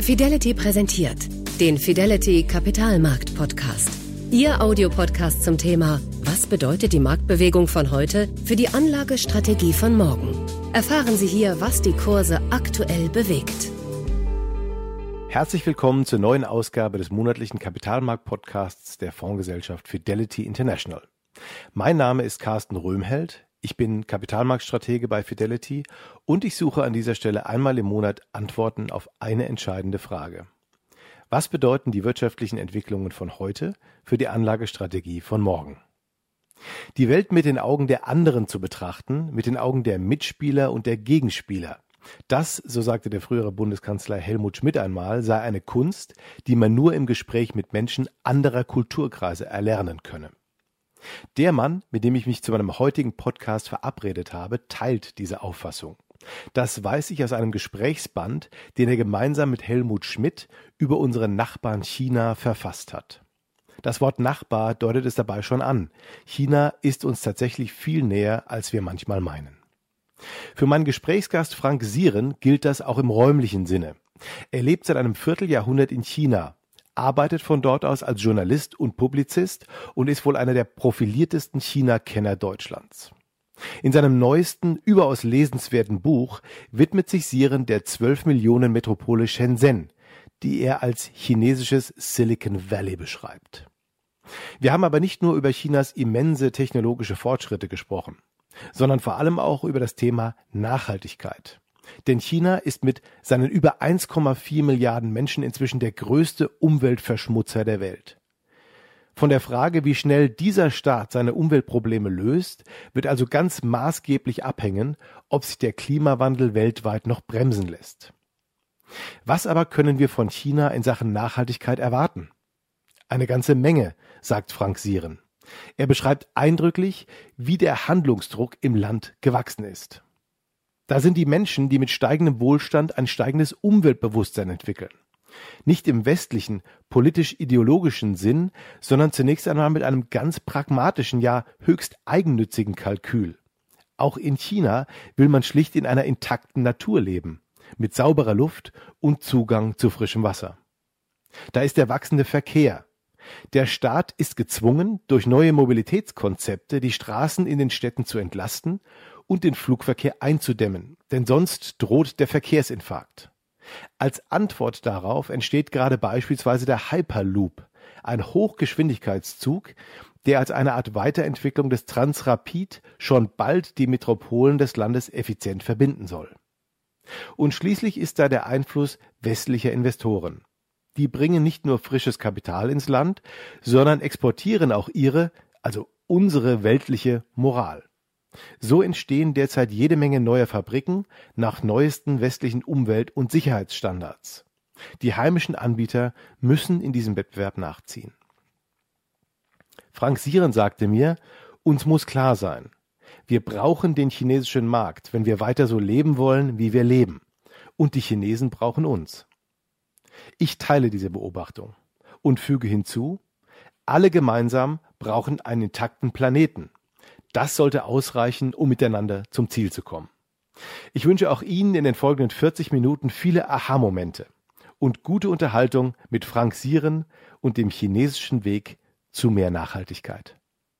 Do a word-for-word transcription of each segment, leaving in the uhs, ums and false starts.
Fidelity präsentiert den Fidelity Kapitalmarkt Podcast. Ihr Audiopodcast zum Thema: Was bedeutet die Marktbewegung von heute für die Anlagestrategie von morgen? Erfahren Sie hier, was die Kurse aktuell bewegt. Herzlich willkommen zur neuen Ausgabe des monatlichen Kapitalmarkt-Podcasts der Fondsgesellschaft Fidelity International. Mein Name ist Carsten Röhmheld. Ich bin Kapitalmarktstratege bei Fidelity und ich suche an dieser Stelle einmal im Monat Antworten auf eine entscheidende Frage. Was bedeuten die wirtschaftlichen Entwicklungen von heute für die Anlagestrategie von morgen? Die Welt mit den Augen der anderen zu betrachten, mit den Augen der Mitspieler und der Gegenspieler. Das, so sagte der frühere Bundeskanzler Helmut Schmidt einmal, sei eine Kunst, die man nur im Gespräch mit Menschen anderer Kulturkreise erlernen könne. Der Mann, mit dem ich mich zu meinem heutigen Podcast verabredet habe, teilt diese Auffassung. Das weiß ich aus einem Gesprächsband, den er gemeinsam mit Helmut Schmidt über unseren Nachbarn China verfasst hat. Das Wort Nachbar deutet es dabei schon an. China ist uns tatsächlich viel näher, als wir manchmal meinen. Für meinen Gesprächsgast Frank Sieren gilt das auch im räumlichen Sinne. Er lebt seit einem Vierteljahrhundert in China, arbeitet von dort aus als Journalist und Publizist und ist wohl einer der profiliertesten China-Kenner Deutschlands. In seinem neuesten, überaus lesenswerten Buch widmet sich Sieren der zwölf Millionen Metropole Shenzhen, die er als chinesisches Silicon Valley beschreibt. Wir haben aber nicht nur über Chinas immense technologische Fortschritte gesprochen, sondern vor allem auch über das Thema Nachhaltigkeit. Denn China ist mit seinen über eins Komma vier Milliarden Menschen inzwischen der größte Umweltverschmutzer der Welt. Von der Frage, wie schnell dieser Staat seine Umweltprobleme löst, wird also ganz maßgeblich abhängen, ob sich der Klimawandel weltweit noch bremsen lässt. Was aber können wir von China in Sachen Nachhaltigkeit erwarten? Eine ganze Menge, sagt Frank Sieren. Er beschreibt eindrücklich, wie der Handlungsdruck im Land gewachsen ist. Da sind die Menschen, die mit steigendem Wohlstand ein steigendes Umweltbewusstsein entwickeln. Nicht im westlichen, politisch-ideologischen Sinn, sondern zunächst einmal mit einem ganz pragmatischen, ja höchst eigennützigen Kalkül. Auch in China will man schlicht in einer intakten Natur leben, mit sauberer Luft und Zugang zu frischem Wasser. Da ist der wachsende Verkehr. Der Staat ist gezwungen, durch neue Mobilitätskonzepte die Straßen in den Städten zu entlasten und den Flugverkehr einzudämmen, denn sonst droht der Verkehrsinfarkt. Als Antwort darauf entsteht gerade beispielsweise der Hyperloop, ein Hochgeschwindigkeitszug, der als eine Art Weiterentwicklung des Transrapid schon bald die Metropolen des Landes effizient verbinden soll. Und schließlich ist da der Einfluss westlicher Investoren. Die bringen nicht nur frisches Kapital ins Land, sondern exportieren auch ihre, also unsere weltliche Moral. So entstehen derzeit jede Menge neuer Fabriken nach neuesten westlichen Umwelt- und Sicherheitsstandards. Die heimischen Anbieter müssen in diesem Wettbewerb nachziehen. Frank Sieren sagte mir, uns muss klar sein, wir brauchen den chinesischen Markt, wenn wir weiter so leben wollen, wie wir leben. Und die Chinesen brauchen uns. Ich teile diese Beobachtung und füge hinzu, alle gemeinsam brauchen einen intakten Planeten. Das sollte ausreichen, um miteinander zum Ziel zu kommen. Ich wünsche auch Ihnen in den folgenden vierzig Minuten viele Aha-Momente und gute Unterhaltung mit Frank Sieren und dem chinesischen Weg zu mehr Nachhaltigkeit.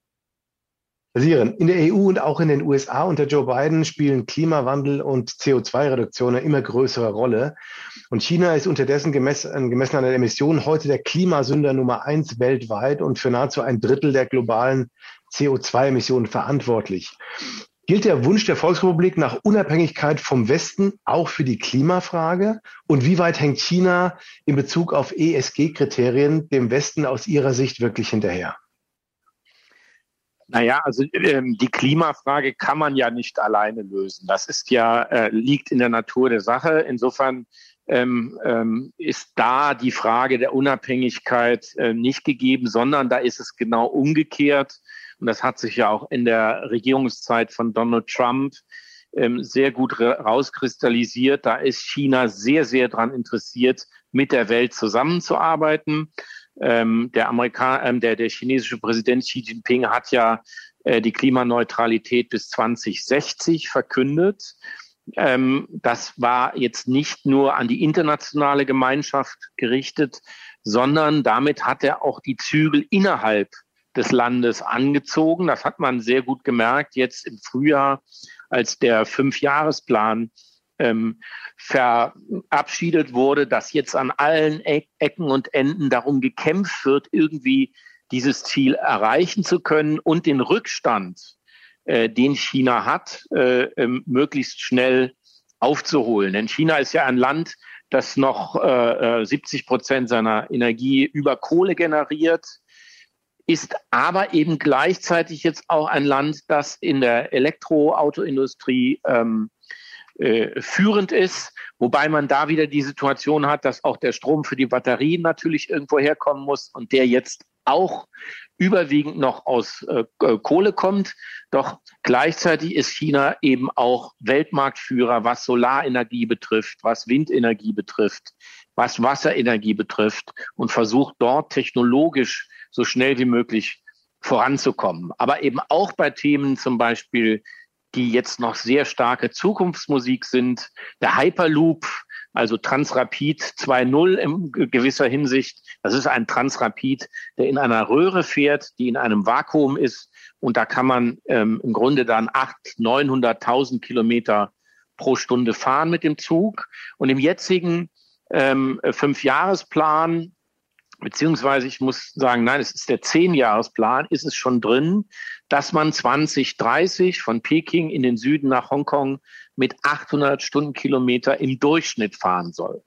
Sieren, in der E U und auch in den U S A unter Joe Biden spielen Klimawandel und C O zwei Reduktion eine immer größere Rolle. Und China ist unterdessen gemessen, gemessen an der Emission heute der Klimasünder Nummer eins weltweit und für nahezu ein Drittel der globalen C O zwei Emissionen verantwortlich. Gilt der Wunsch der Volksrepublik nach Unabhängigkeit vom Westen auch für die Klimafrage? Und wie weit hängt China in Bezug auf E S G-Kriterien dem Westen aus Ihrer Sicht wirklich hinterher? Naja, also ähm, die Klimafrage kann man ja nicht alleine lösen. Das ist ja, äh, liegt in der Natur der Sache. Insofern ähm, ähm, ist da die Frage der Unabhängigkeit äh, nicht gegeben, sondern da ist es genau umgekehrt. Und das hat sich ja auch in der Regierungszeit von Donald Trump ähm, sehr gut rauskristallisiert. Da ist China sehr, sehr daran interessiert, mit der Welt zusammenzuarbeiten. Ähm, der, Amerika- äh, der, der chinesische Präsident Xi Jinping hat ja äh, die Klimaneutralität bis zwanzig sechzig verkündet. Ähm, das war jetzt nicht nur an die internationale Gemeinschaft gerichtet, sondern damit hat er auch die Zügel innerhalb des Landes angezogen. Das hat man sehr gut gemerkt jetzt im Frühjahr, als der Fünfjahresplan ähm, verabschiedet wurde, dass jetzt an allen Ecken und Enden darum gekämpft wird, irgendwie dieses Ziel erreichen zu können und den Rückstand, äh, den China hat, äh, äh, möglichst schnell aufzuholen. Denn China ist ja ein Land, das noch äh, siebzig Prozent seiner Energie über Kohle generiert, ist aber eben gleichzeitig jetzt auch ein Land, das in der Elektroautoindustrie ähm, äh, führend ist, wobei man da wieder die Situation hat, dass auch der Strom für die Batterien natürlich irgendwo herkommen muss und der jetzt auch überwiegend noch aus äh, Kohle kommt. Doch gleichzeitig ist China eben auch Weltmarktführer, was Solarenergie betrifft, was Windenergie betrifft, was Wasserenergie betrifft und versucht dort technologisch so schnell wie möglich voranzukommen. Aber eben auch bei Themen zum Beispiel, die jetzt noch sehr starke Zukunftsmusik sind, der Hyperloop, also Transrapid zwei Punkt null in gewisser Hinsicht. Das ist ein Transrapid, der in einer Röhre fährt, die in einem Vakuum ist. Und da kann man ähm, im Grunde dann achthunderttausend, neunhunderttausend Kilometer pro Stunde fahren mit dem Zug. Und im jetzigen ähm, Fünfjahresplan, beziehungsweise ich muss sagen, nein, es ist der Zehnjahresplan, ist es schon drin, dass man zwanzig dreißig von Peking in den Süden nach Hongkong mit achthundert Stundenkilometer im Durchschnitt fahren soll.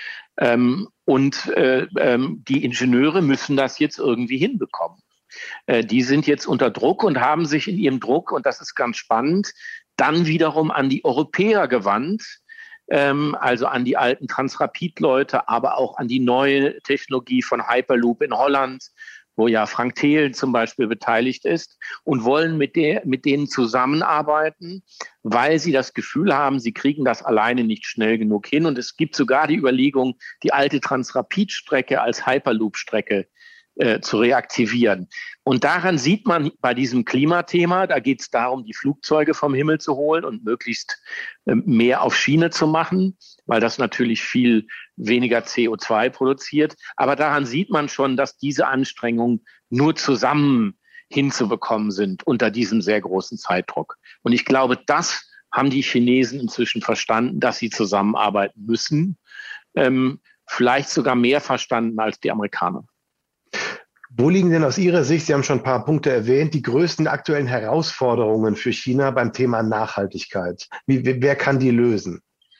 Ähm, und äh, ähm, die Ingenieure müssen das jetzt irgendwie hinbekommen. Äh, die sind jetzt unter Druck und haben sich in ihrem Druck, und das ist ganz spannend, dann wiederum an die Europäer gewandt, ähm, also an die alten Transrapid-Leute, aber auch an die neue Technologie von Hyperloop in Holland, wo ja Frank Thelen zum Beispiel beteiligt ist, und wollen mit, der, mit denen zusammenarbeiten, weil sie das Gefühl haben, sie kriegen das alleine nicht schnell genug hin. Und es gibt sogar die Überlegung, die alte Transrapid-Strecke als Hyperloop-Strecke äh, zu reaktivieren. Und daran sieht man bei diesem Klimathema, da geht es darum, die Flugzeuge vom Himmel zu holen und möglichst äh, mehr auf Schiene zu machen, weil das natürlich viel weniger C O zwei produziert. Aber daran sieht man schon, dass diese Anstrengungen nur zusammen hinzubekommen sind unter diesem sehr großen Zeitdruck. Und ich glaube, das haben die Chinesen inzwischen verstanden, dass sie zusammenarbeiten müssen. Ähm, vielleicht sogar mehr verstanden als die Amerikaner. Wo liegen denn aus Ihrer Sicht, Sie haben schon ein paar Punkte erwähnt, die größten aktuellen Herausforderungen für China beim Thema Nachhaltigkeit? Wie, wer kann die lösen?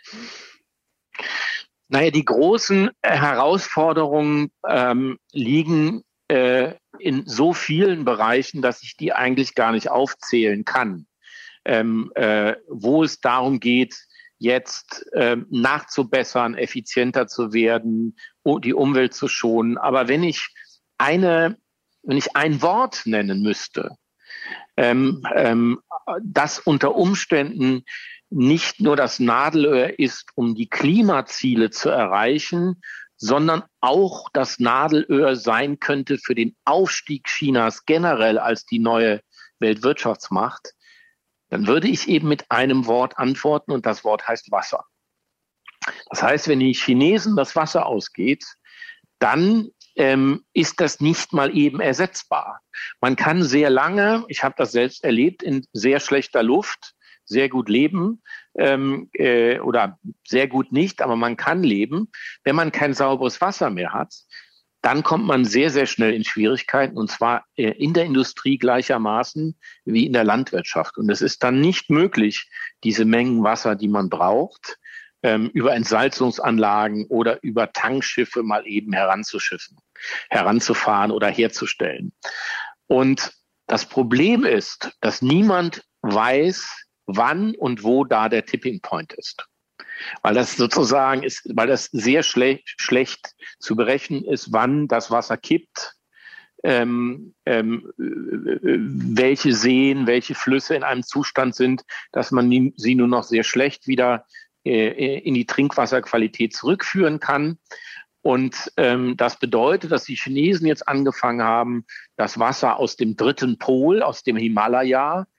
Naja, die großen Herausforderungen ähm, liegen äh, in so vielen Bereichen, dass ich die eigentlich gar nicht aufzählen kann. Ähm, äh, wo es darum geht, jetzt ähm, nachzubessern, effizienter zu werden, die Umwelt zu schonen. Aber wenn ich eine, wenn ich ein Wort nennen müsste, ähm, ähm, das unter Umständen nicht nur das Nadelöhr ist, um die Klimaziele zu erreichen, sondern auch das Nadelöhr sein könnte für den Aufstieg Chinas generell als die neue Weltwirtschaftsmacht, dann würde ich eben mit einem Wort antworten, und das Wort heißt Wasser. Das heißt, wenn die Chinesen das Wasser ausgeht, dann ähm, ist das nicht mal eben ersetzbar. Man kann sehr lange, ich habe das selbst erlebt, in sehr schlechter Luft sehr gut leben ähm, äh, oder sehr gut nicht, aber man kann leben. Wenn man kein sauberes Wasser mehr hat, dann kommt man sehr, sehr schnell in Schwierigkeiten, und zwar äh, in der Industrie gleichermaßen wie in der Landwirtschaft. Und es ist dann nicht möglich, diese Mengen Wasser, die man braucht, ähm, über Entsalzungsanlagen oder über Tankschiffe mal eben heranzuschiffen, heranzufahren oder herzustellen. Und das Problem ist, dass niemand weiß, wann und wo da der Tipping Point ist. Weil das sozusagen ist, weil das sehr schle- schlecht zu berechnen ist, wann das Wasser kippt, ähm, ähm, welche Seen, welche Flüsse in einem Zustand sind, dass man nie, sie nur noch sehr schlecht wieder äh, in die Trinkwasserqualität zurückführen kann. Und ähm, das bedeutet, dass die Chinesen jetzt angefangen haben, das Wasser aus dem dritten Pol, aus dem Himalaya,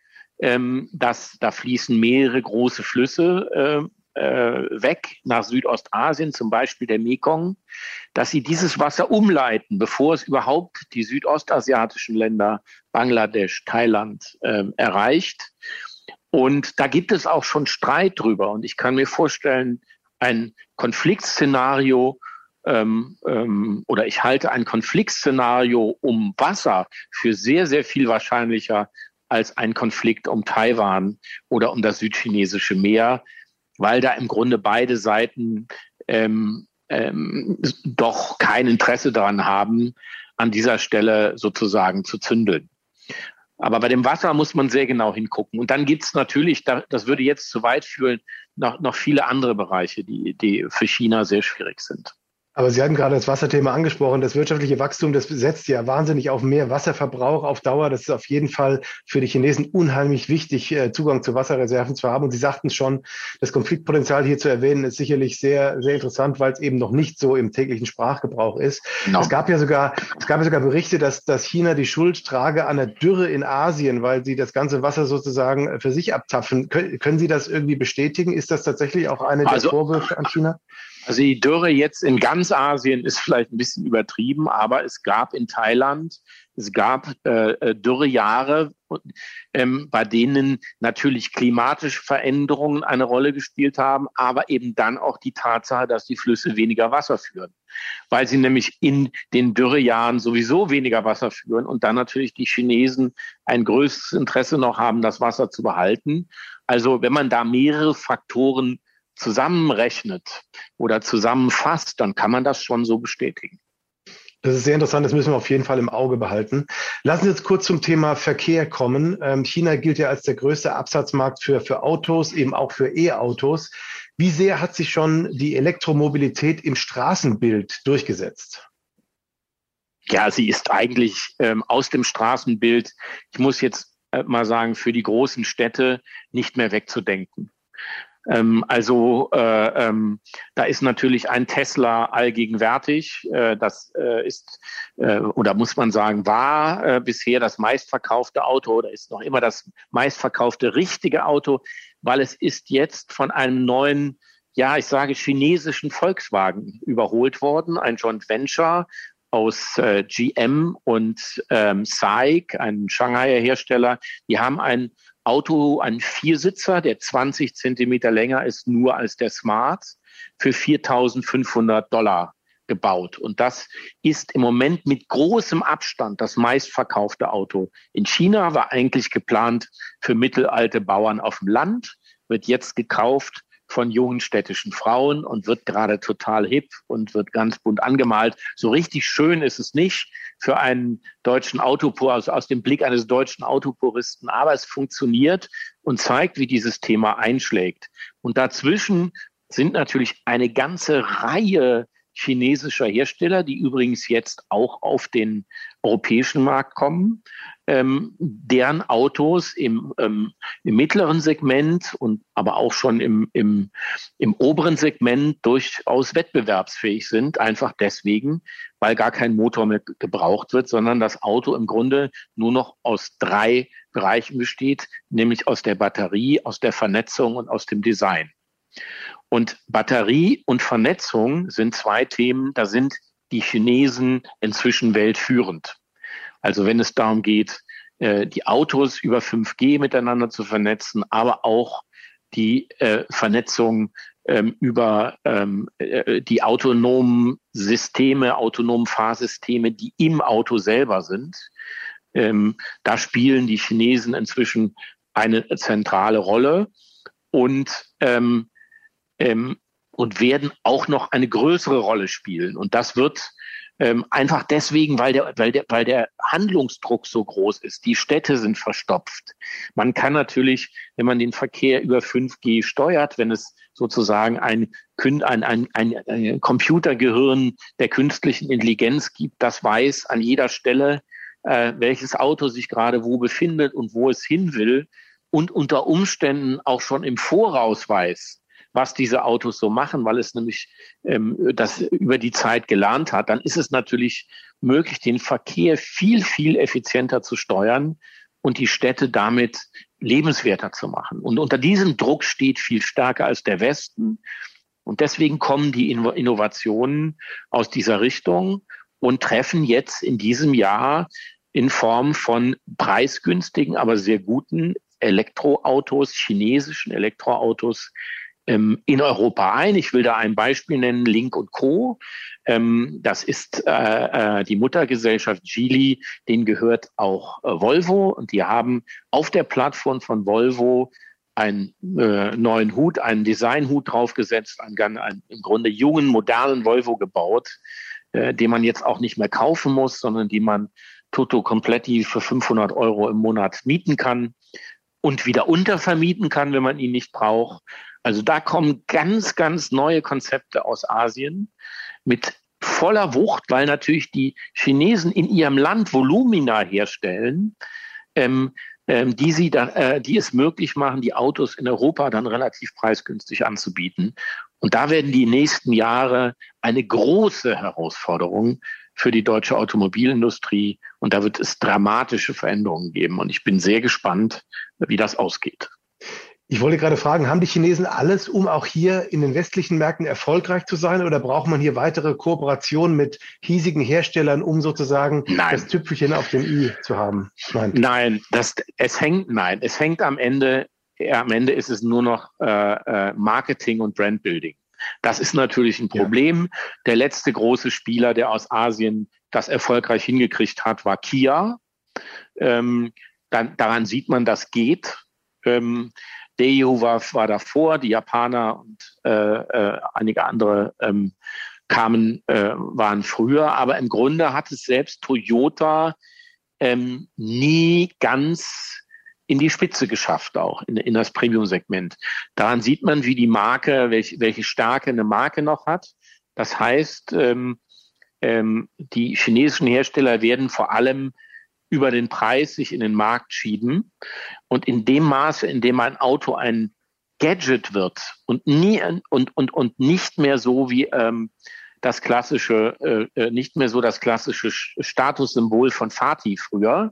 ähm, dass da fließen mehrere große Flüsse äh, äh, weg nach Südostasien, zum Beispiel der Mekong, dass sie dieses Wasser umleiten, bevor es überhaupt die südostasiatischen Länder, Bangladesch, Thailand äh, erreicht. Und da gibt es auch schon Streit drüber. Und ich kann mir vorstellen, ein Konfliktszenario ähm, ähm, oder ich halte ein Konfliktszenario um Wasser für sehr, sehr viel wahrscheinlicher als ein Konflikt um Taiwan oder um das südchinesische Meer, weil da im Grunde beide Seiten ähm, ähm, doch kein Interesse daran haben, an dieser Stelle sozusagen zu zündeln. Aber bei dem Wasser muss man sehr genau hingucken. Und dann gibt es natürlich, das würde jetzt zu weit führen, noch, noch viele andere Bereiche, die, die für China sehr schwierig sind. Aber Sie hatten gerade das Wasserthema angesprochen. Das wirtschaftliche Wachstum, das setzt ja wahnsinnig auf mehr Wasserverbrauch auf Dauer. Das ist auf jeden Fall für die Chinesen unheimlich wichtig, Zugang zu Wasserreserven zu haben. Und Sie sagten es schon, das Konfliktpotenzial hier zu erwähnen, ist sicherlich sehr, sehr interessant, weil es eben noch nicht so im täglichen Sprachgebrauch ist. No. Es gab ja sogar, es gab ja sogar Berichte, dass, dass China die Schuld trage an der Dürre in Asien, weil sie das ganze Wasser sozusagen für sich abzapfen. Können, können Sie das irgendwie bestätigen? Ist das tatsächlich auch eine der also, Vorwürfe an China? Also die Dürre jetzt in ganz Asien ist vielleicht ein bisschen übertrieben, aber es gab in Thailand, es gab äh, Dürrejahre, ähm, bei denen natürlich klimatische Veränderungen eine Rolle gespielt haben, aber eben dann auch die Tatsache, dass die Flüsse weniger Wasser führen, weil sie nämlich in den Dürrejahren sowieso weniger Wasser führen und dann natürlich die Chinesen ein größeres Interesse noch haben, das Wasser zu behalten. Also wenn man da mehrere Faktoren zusammenrechnet oder zusammenfasst, dann kann man das schon so bestätigen. Das ist sehr interessant, das müssen wir auf jeden Fall im Auge behalten. Lassen Sie uns kurz zum Thema Verkehr kommen. Ähm, China gilt ja als der größte Absatzmarkt für, für Autos, eben auch für E-Autos. Wie sehr hat sich schon die Elektromobilität im Straßenbild durchgesetzt? Ja, sie ist eigentlich ähm, aus dem Straßenbild, ich muss jetzt äh, mal sagen, für die großen Städte nicht mehr wegzudenken. Ähm, also äh, ähm, da ist natürlich ein Tesla allgegenwärtig. Äh, das äh, ist, äh, oder muss man sagen, war äh, bisher das meistverkaufte Auto oder ist noch immer das meistverkaufte richtige Auto, weil es ist jetzt von einem neuen, ja, ich sage chinesischen Volkswagen überholt worden, ein Joint Venture aus äh, G M und ähm, S A I C, ein Shanghaier Hersteller. Die haben ein Auto, ein Viersitzer, der zwanzig Zentimeter länger ist nur als der Smart, für viertausendfünfhundert Dollar gebaut. Und das ist im Moment mit großem Abstand das meistverkaufte Auto. In China war eigentlich geplant für mittelalte Bauern auf dem Land, wird jetzt gekauft von jungen städtischen Frauen und wird gerade total hip und wird ganz bunt angemalt. So richtig schön ist es nicht für einen deutschen Autopur, also aus dem Blick eines deutschen Autopuristen, aber es funktioniert und zeigt, wie dieses Thema einschlägt. Und dazwischen sind natürlich eine ganze Reihe chinesischer Hersteller, die übrigens jetzt auch auf den europäischen Markt kommen, ähm, deren Autos im, ähm, im mittleren Segment und aber auch schon im, im, im oberen Segment durchaus wettbewerbsfähig sind, einfach deswegen, weil gar kein Motor mehr gebraucht wird, sondern das Auto im Grunde nur noch aus drei Bereichen besteht, nämlich aus der Batterie, aus der Vernetzung und aus dem Design. Und Batterie und Vernetzung sind zwei Themen, da sind die Chinesen inzwischen weltführend. Also wenn es darum geht, die Autos über fünf G miteinander zu vernetzen, aber auch die Vernetzung über die autonomen Systeme, autonomen Fahrsysteme, die im Auto selber sind. Da spielen die Chinesen inzwischen eine zentrale Rolle und ähm, ähm, und werden auch noch eine größere Rolle spielen. Und das wird ähm, einfach deswegen, weil der, weil der, weil der Handlungsdruck so groß ist. Die Städte sind verstopft. Man kann natürlich, wenn man den Verkehr über fünf G steuert, wenn es sozusagen ein, ein, ein, ein, ein Computergehirn der künstlichen Intelligenz gibt, das weiß an jeder Stelle, äh, welches Auto sich gerade wo befindet und wo es hin will und unter Umständen auch schon im Voraus weiß, was diese Autos so machen, weil es nämlich ähm, das über die Zeit gelernt hat, dann ist es natürlich möglich, den Verkehr viel, viel effizienter zu steuern und die Städte damit lebenswerter zu machen. Und unter diesem Druck steht viel stärker als der Westen. Und deswegen kommen die Innovationen aus dieser Richtung und treffen jetzt in diesem Jahr in Form von preisgünstigen, aber sehr guten Elektroautos, chinesischen Elektroautos ähm, in Europa ein. Ich will da ein Beispiel nennen, Lynk und Co. Ähm, das ist äh, äh, die Muttergesellschaft Geely, denen gehört auch äh, Volvo, und die haben auf der Plattform von Volvo einen äh, neuen Hut, einen Designhut draufgesetzt, einen, einen im Grunde jungen, modernen Volvo gebaut, äh, den man jetzt auch nicht mehr kaufen muss, sondern die man toto completi für fünfhundert Euro im Monat mieten kann und wieder untervermieten kann, wenn man ihn nicht braucht. Also da kommen ganz, ganz neue Konzepte aus Asien mit voller Wucht, weil natürlich die Chinesen in ihrem Land Volumina herstellen, ähm, ähm, die, sie da, äh, die es möglich machen, die Autos in Europa dann relativ preisgünstig anzubieten. Und da werden die nächsten Jahre eine große Herausforderung für die deutsche Automobilindustrie. Und da wird es dramatische Veränderungen geben. Und ich bin sehr gespannt, wie das ausgeht. Ich wollte gerade fragen, haben die Chinesen alles, um auch hier in den westlichen Märkten erfolgreich zu sein? Oder braucht man hier weitere Kooperationen mit hiesigen Herstellern, um sozusagen nein. das Tüpfelchen auf dem i zu haben? Nein, nein, das, es hängt, nein, es hängt am Ende, ja, am Ende ist es nur noch äh, Marketing und Brandbuilding. Das ist natürlich ein Problem. Ja. Der letzte große Spieler, der aus Asien das erfolgreich hingekriegt hat, war Kia. Ähm, dann, daran sieht man, das geht. Ähm, Daewoo war, war davor, die Japaner und äh, äh, einige andere ähm, kamen, äh, waren früher. Aber im Grunde hat es selbst Toyota ähm, nie ganz in die Spitze geschafft, auch in, in das Premium-Segment. Daran sieht man, wie die Marke, welche, welche Stärke eine Marke noch hat. Das heißt, ähm, ähm, die chinesischen Hersteller werden vor allem über den Preis sich in den Markt schieben. Und in dem Maße, in dem ein Auto ein Gadget wird und nie und und und nicht mehr so wie ähm, das klassische, äh, nicht mehr so das klassische Statussymbol von Fatih früher,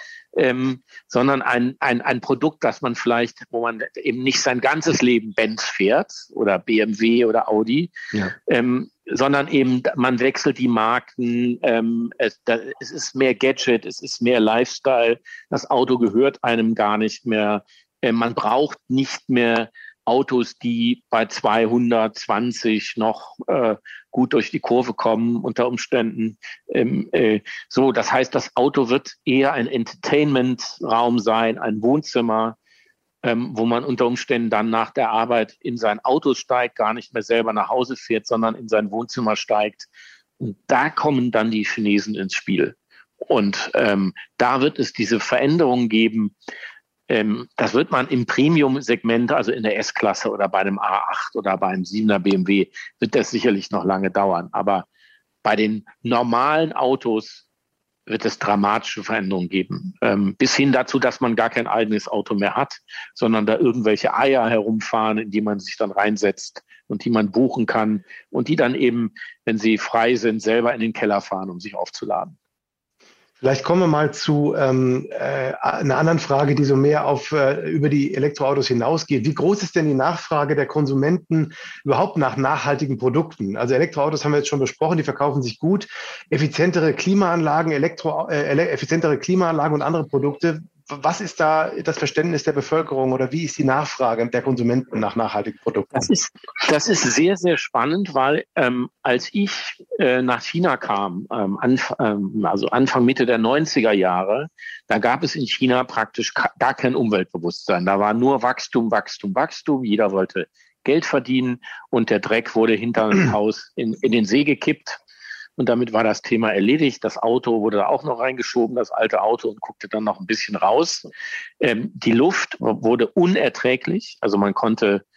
ähm, sondern ein ein ein Produkt, das man vielleicht, wo man eben nicht sein ganzes Leben Benz fährt oder B M W oder Audi, ja. ähm, sondern eben man wechselt die Marken, ähm, es, da, es ist mehr Gadget, es ist mehr Lifestyle, das Auto gehört einem gar nicht mehr, äh, man braucht nicht mehr Autos, die bei zweihundertzwanzig noch äh, gut durch die Kurve kommen unter Umständen. Ähm, äh, so, das heißt, das Auto wird eher ein Entertainment-Raum sein, ein Wohnzimmer, ähm, wo man unter Umständen dann nach der Arbeit in sein Auto steigt, gar nicht mehr selber nach Hause fährt, sondern in sein Wohnzimmer steigt. Und da kommen dann die Chinesen ins Spiel. Und ähm, da wird es diese Veränderungen geben. Ähm, das wird man im Premium-Segment, also in der S-Klasse oder bei einem A acht oder bei einem siebener B M W, wird das sicherlich noch lange dauern. Aber bei den normalen Autos wird es dramatische Veränderungen geben. Ähm, bis hin dazu, dass man gar kein eigenes Auto mehr hat, sondern da irgendwelche Eier herumfahren, in die man sich dann reinsetzt und die man buchen kann und die dann eben, wenn sie frei sind, selber in den Keller fahren, um sich aufzuladen. Vielleicht kommen wir mal zu ähm, äh, einer anderen Frage, die so mehr auf äh, über die Elektroautos hinausgeht. Wie groß ist denn die Nachfrage der Konsumenten überhaupt nach nachhaltigen Produkten? Also Elektroautos haben wir jetzt schon besprochen, die verkaufen sich gut. Effizientere Klimaanlagen, Elektro, äh, effizientere Klimaanlagen und andere Produkte. Was ist da das Verständnis der Bevölkerung oder wie ist die Nachfrage der Konsumenten nach nachhaltigen Produkten? Das ist, das ist sehr, sehr spannend, weil ähm, als ich äh, nach China kam, ähm, anf- ähm, also Anfang, Mitte der neunziger Jahre, da gab es in China praktisch ka- gar kein Umweltbewusstsein. Da war nur Wachstum, Wachstum, Wachstum. Jeder wollte Geld verdienen und der Dreck wurde hinter dem Haus in, in den See gekippt. Und damit war das Thema erledigt. Das Auto wurde da auch noch reingeschoben, das alte Auto, und guckte dann noch ein bisschen raus. Ähm, die Luft wurde unerträglich. Also man konnte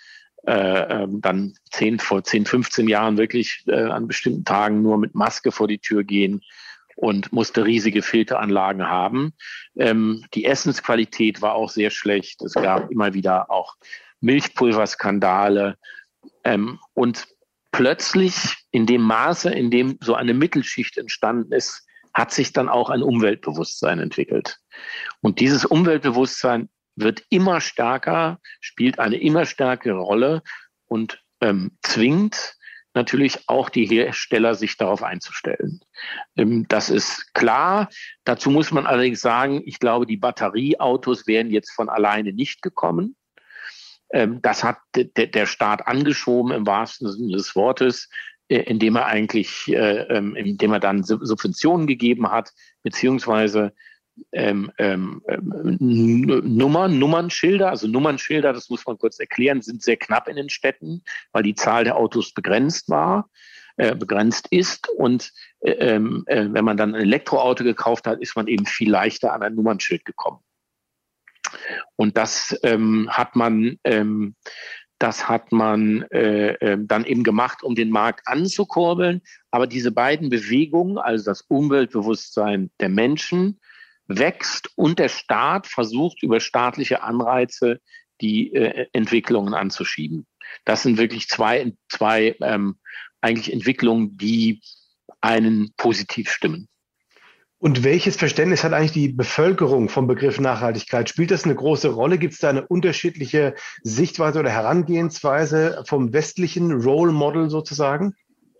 äh, dann zehn, vor zehn, fünfzehn Jahren wirklich äh, an bestimmten Tagen nur mit Maske vor die Tür gehen und musste riesige Filteranlagen haben. Ähm, die Essensqualität war auch sehr schlecht. Es gab immer wieder auch Milchpulverskandale. Ähm, und plötzlich in dem Maße, in dem so eine Mittelschicht entstanden ist, hat sich dann auch ein Umweltbewusstsein entwickelt. Und dieses Umweltbewusstsein wird immer stärker, spielt eine immer stärkere Rolle und ähm, zwingt natürlich auch die Hersteller, sich darauf einzustellen. Ähm, das ist klar. Dazu muss man allerdings sagen, ich glaube, die Batterieautos wären jetzt von alleine nicht gekommen. Ähm, das hat de- der Staat angeschoben im wahrsten Sinne des Wortes, äh, indem er eigentlich, äh, ähm, indem er dann Subventionen gegeben hat, beziehungsweise Ähm, ähm, Nummern, Nummernschilder, also Nummernschilder, das muss man kurz erklären, sind sehr knapp in den Städten, weil die Zahl der Autos begrenzt war, äh, begrenzt ist. Und äh, äh, wenn man dann ein Elektroauto gekauft hat, ist man eben viel leichter an ein Nummernschild gekommen. Und das ähm, hat man, ähm, das hat man äh, äh, dann eben gemacht, um den Markt anzukurbeln. Aber diese beiden Bewegungen, also das Umweltbewusstsein der Menschen, wächst und der Staat versucht über staatliche Anreize die äh, Entwicklungen anzuschieben. Das sind wirklich zwei, zwei ähm, eigentlich Entwicklungen, die einen positiv stimmen. Und welches Verständnis hat eigentlich die Bevölkerung vom Begriff Nachhaltigkeit? Spielt das eine große Rolle? Gibt es da eine unterschiedliche Sichtweise oder Herangehensweise vom westlichen Role Model sozusagen?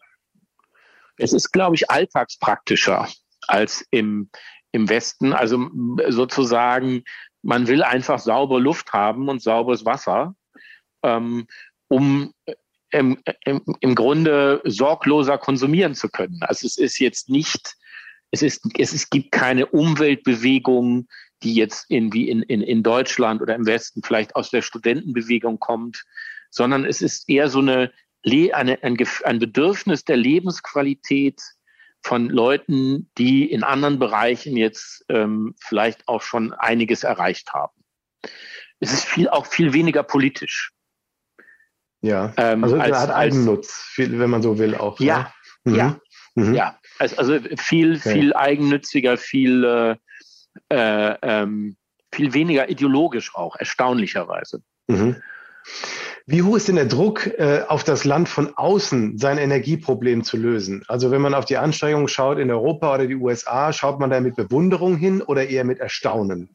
Es ist, glaube ich, alltagspraktischer als im Im Westen, also sozusagen, man will einfach saubere Luft haben und sauberes Wasser, ähm, um im, im, im Grunde sorgloser konsumieren zu können. Also es ist jetzt nicht, es ist, es, es gibt keine Umweltbewegung, die jetzt irgendwie in, in, in Deutschland oder im Westen vielleicht aus der Studentenbewegung kommt, sondern es ist eher so eine, eine ein, ein Bedürfnis der Lebensqualität von Leuten, die in anderen Bereichen jetzt ähm, vielleicht auch schon einiges erreicht haben. Es ist viel, auch viel weniger politisch. Ja, ähm, also als, er hat Eigennutz, viel, wenn man so will auch. Ja, ne? ja, mhm. Mhm. ja. Also, also viel, Okay. viel eigennütziger, viel, äh, äh, ähm, viel weniger ideologisch auch, erstaunlicherweise. Mhm. Wie hoch ist denn der Druck äh, auf das Land von außen, sein Energieproblem zu lösen? Also wenn man auf die Anstrengungen schaut in Europa oder die U S A, schaut man da mit Bewunderung hin oder eher mit Erstaunen?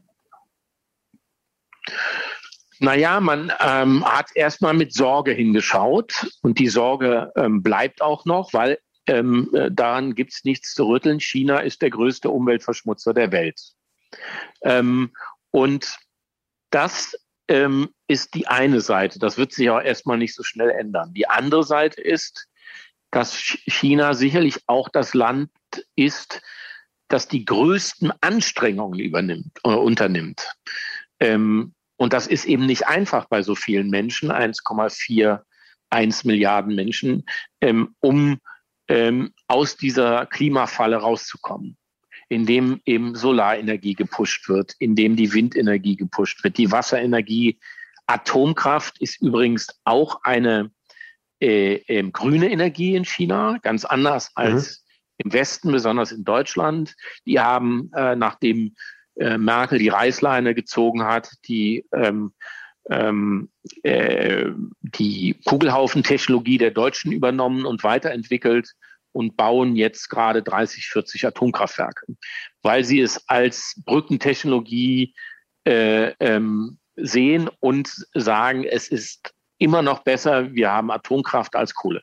Naja, man ähm, hat erstmal mit Sorge hingeschaut und die Sorge ähm, bleibt auch noch, weil ähm, äh, daran gibt es nichts zu rütteln. China ist der größte Umweltverschmutzer der Welt. Ähm, und das ähm, ist die eine Seite. Das wird sich auch erstmal nicht so schnell ändern. Die andere Seite ist, dass China sicherlich auch das Land ist, das die größten Anstrengungen übernimmt, äh, unternimmt. Ähm, und das ist eben nicht einfach bei so vielen Menschen, eins Komma einundvierzig Milliarden Menschen, ähm, um ähm, aus dieser Klimafalle rauszukommen, indem eben Solarenergie gepusht wird, indem die Windenergie gepusht wird, die Wasserenergie. Atomkraft ist übrigens auch eine äh, äh, grüne Energie in China, ganz anders als mhm. im Westen, besonders in Deutschland. Die haben, äh, nachdem äh, Merkel die Reißleine gezogen hat, die ähm, ähm, äh, die Kugelhaufentechnologie der Deutschen übernommen und weiterentwickelt und bauen jetzt gerade dreißig, vierzig Atomkraftwerke, weil sie es als Brückentechnologie äh, ähm, sehen und sagen, es ist immer noch besser, wir haben Atomkraft als Kohle.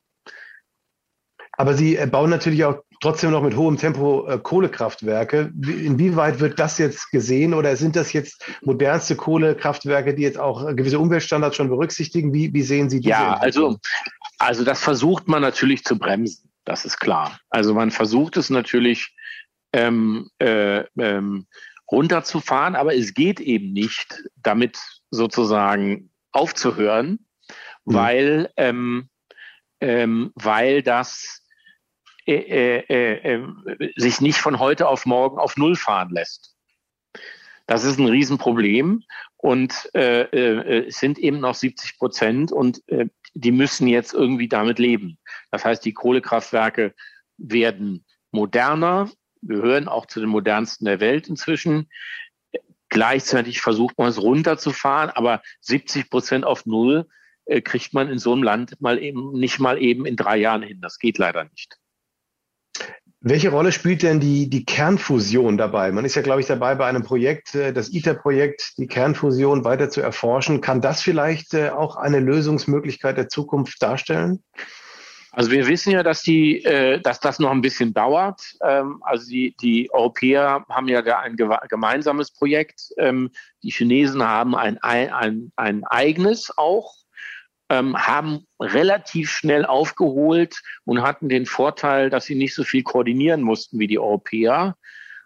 Aber Sie bauen natürlich auch trotzdem noch mit hohem Tempo äh, Kohlekraftwerke. Wie, inwieweit wird das jetzt gesehen oder sind das jetzt modernste Kohlekraftwerke, die jetzt auch gewisse Umweltstandards schon berücksichtigen? Wie, wie sehen Sie diese Ja, Entwicklung? also, also das versucht man natürlich zu bremsen, das ist klar. Also man versucht es natürlich ähm, äh, ähm, runterzufahren, aber es geht eben nicht, damit sozusagen aufzuhören, mhm. weil, ähm, ähm, weil das Äh, äh, äh, sich nicht von heute auf morgen auf Null fahren lässt. Das ist ein Riesenproblem und äh, äh, es sind eben noch siebzig Prozent und äh, die müssen jetzt irgendwie damit leben. Das heißt, die Kohlekraftwerke werden moderner, gehören auch zu den modernsten der Welt inzwischen. Gleichzeitig versucht man es runterzufahren, aber siebzig Prozent auf Null äh, kriegt man in so einem Land mal eben nicht mal eben in drei Jahren hin. Das geht leider nicht. Welche Rolle spielt denn die, die Kernfusion dabei? Man ist ja, glaube ich, dabei bei einem Projekt, das ITER-Projekt, die Kernfusion weiter zu erforschen. Kann das vielleicht auch eine Lösungsmöglichkeit der Zukunft darstellen? Also wir wissen ja, dass die, äh, dass das noch ein bisschen dauert. Ähm, also die, die Europäer haben ja da ein gemeinsames Projekt. Ähm, die Chinesen haben ein, ein, ein eigenes auch, ähm, haben relativ schnell aufgeholt und hatten den Vorteil, dass sie nicht so viel koordinieren mussten wie die Europäer.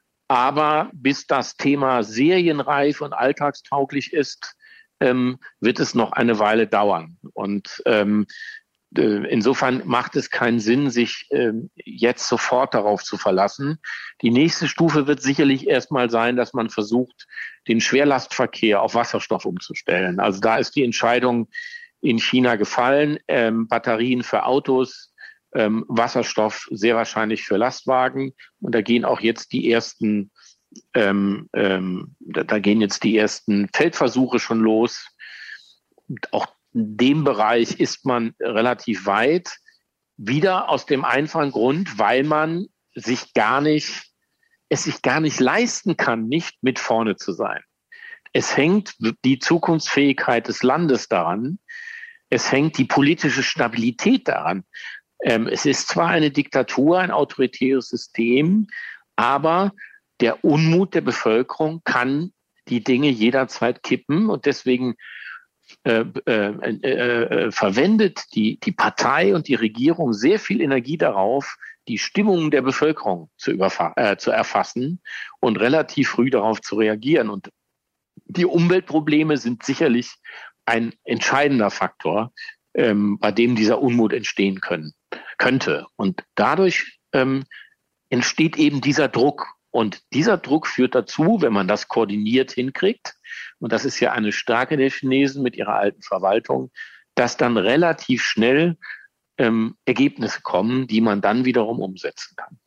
Aber bis das Thema serienreif und alltagstauglich ist, ähm, wird es noch eine Weile dauern. Und ähm, insofern macht es keinen Sinn, sich äh, jetzt sofort darauf zu verlassen. Die nächste Stufe wird sicherlich erstmal sein, dass man versucht, den Schwerlastverkehr auf Wasserstoff umzustellen. Also da ist die Entscheidung in China gefallen. Ähm, Batterien für Autos, ähm, Wasserstoff sehr wahrscheinlich für Lastwagen. Und da gehen auch jetzt die ersten, ähm, ähm, da, da gehen jetzt die ersten Feldversuche schon los. Und auch in dem Bereich ist man relativ weit, wieder aus dem einfachen Grund, weil man sich gar nicht, es sich gar nicht leisten kann, nicht mit vorne zu sein. Es hängt die Zukunftsfähigkeit des Landes daran, es hängt die politische Stabilität daran. Ähm, es ist zwar eine Diktatur, ein autoritäres System, aber der Unmut der Bevölkerung kann die Dinge jederzeit kippen und deswegen Äh, äh, äh, verwendet die, die Partei und die Regierung sehr viel Energie darauf, die Stimmung der Bevölkerung zu, überfa- äh, zu erfassen und relativ früh darauf zu reagieren. Und die Umweltprobleme sind sicherlich ein entscheidender Faktor, ähm, bei dem dieser Unmut entstehen können, könnte. Und dadurch ähm, entsteht eben dieser Druck. Und dieser Druck führt dazu, wenn man das koordiniert hinkriegt, und das ist ja eine Stärke der Chinesen mit ihrer alten Verwaltung, dass dann relativ schnell ähm, Ergebnisse kommen, die man dann wiederum umsetzen kann.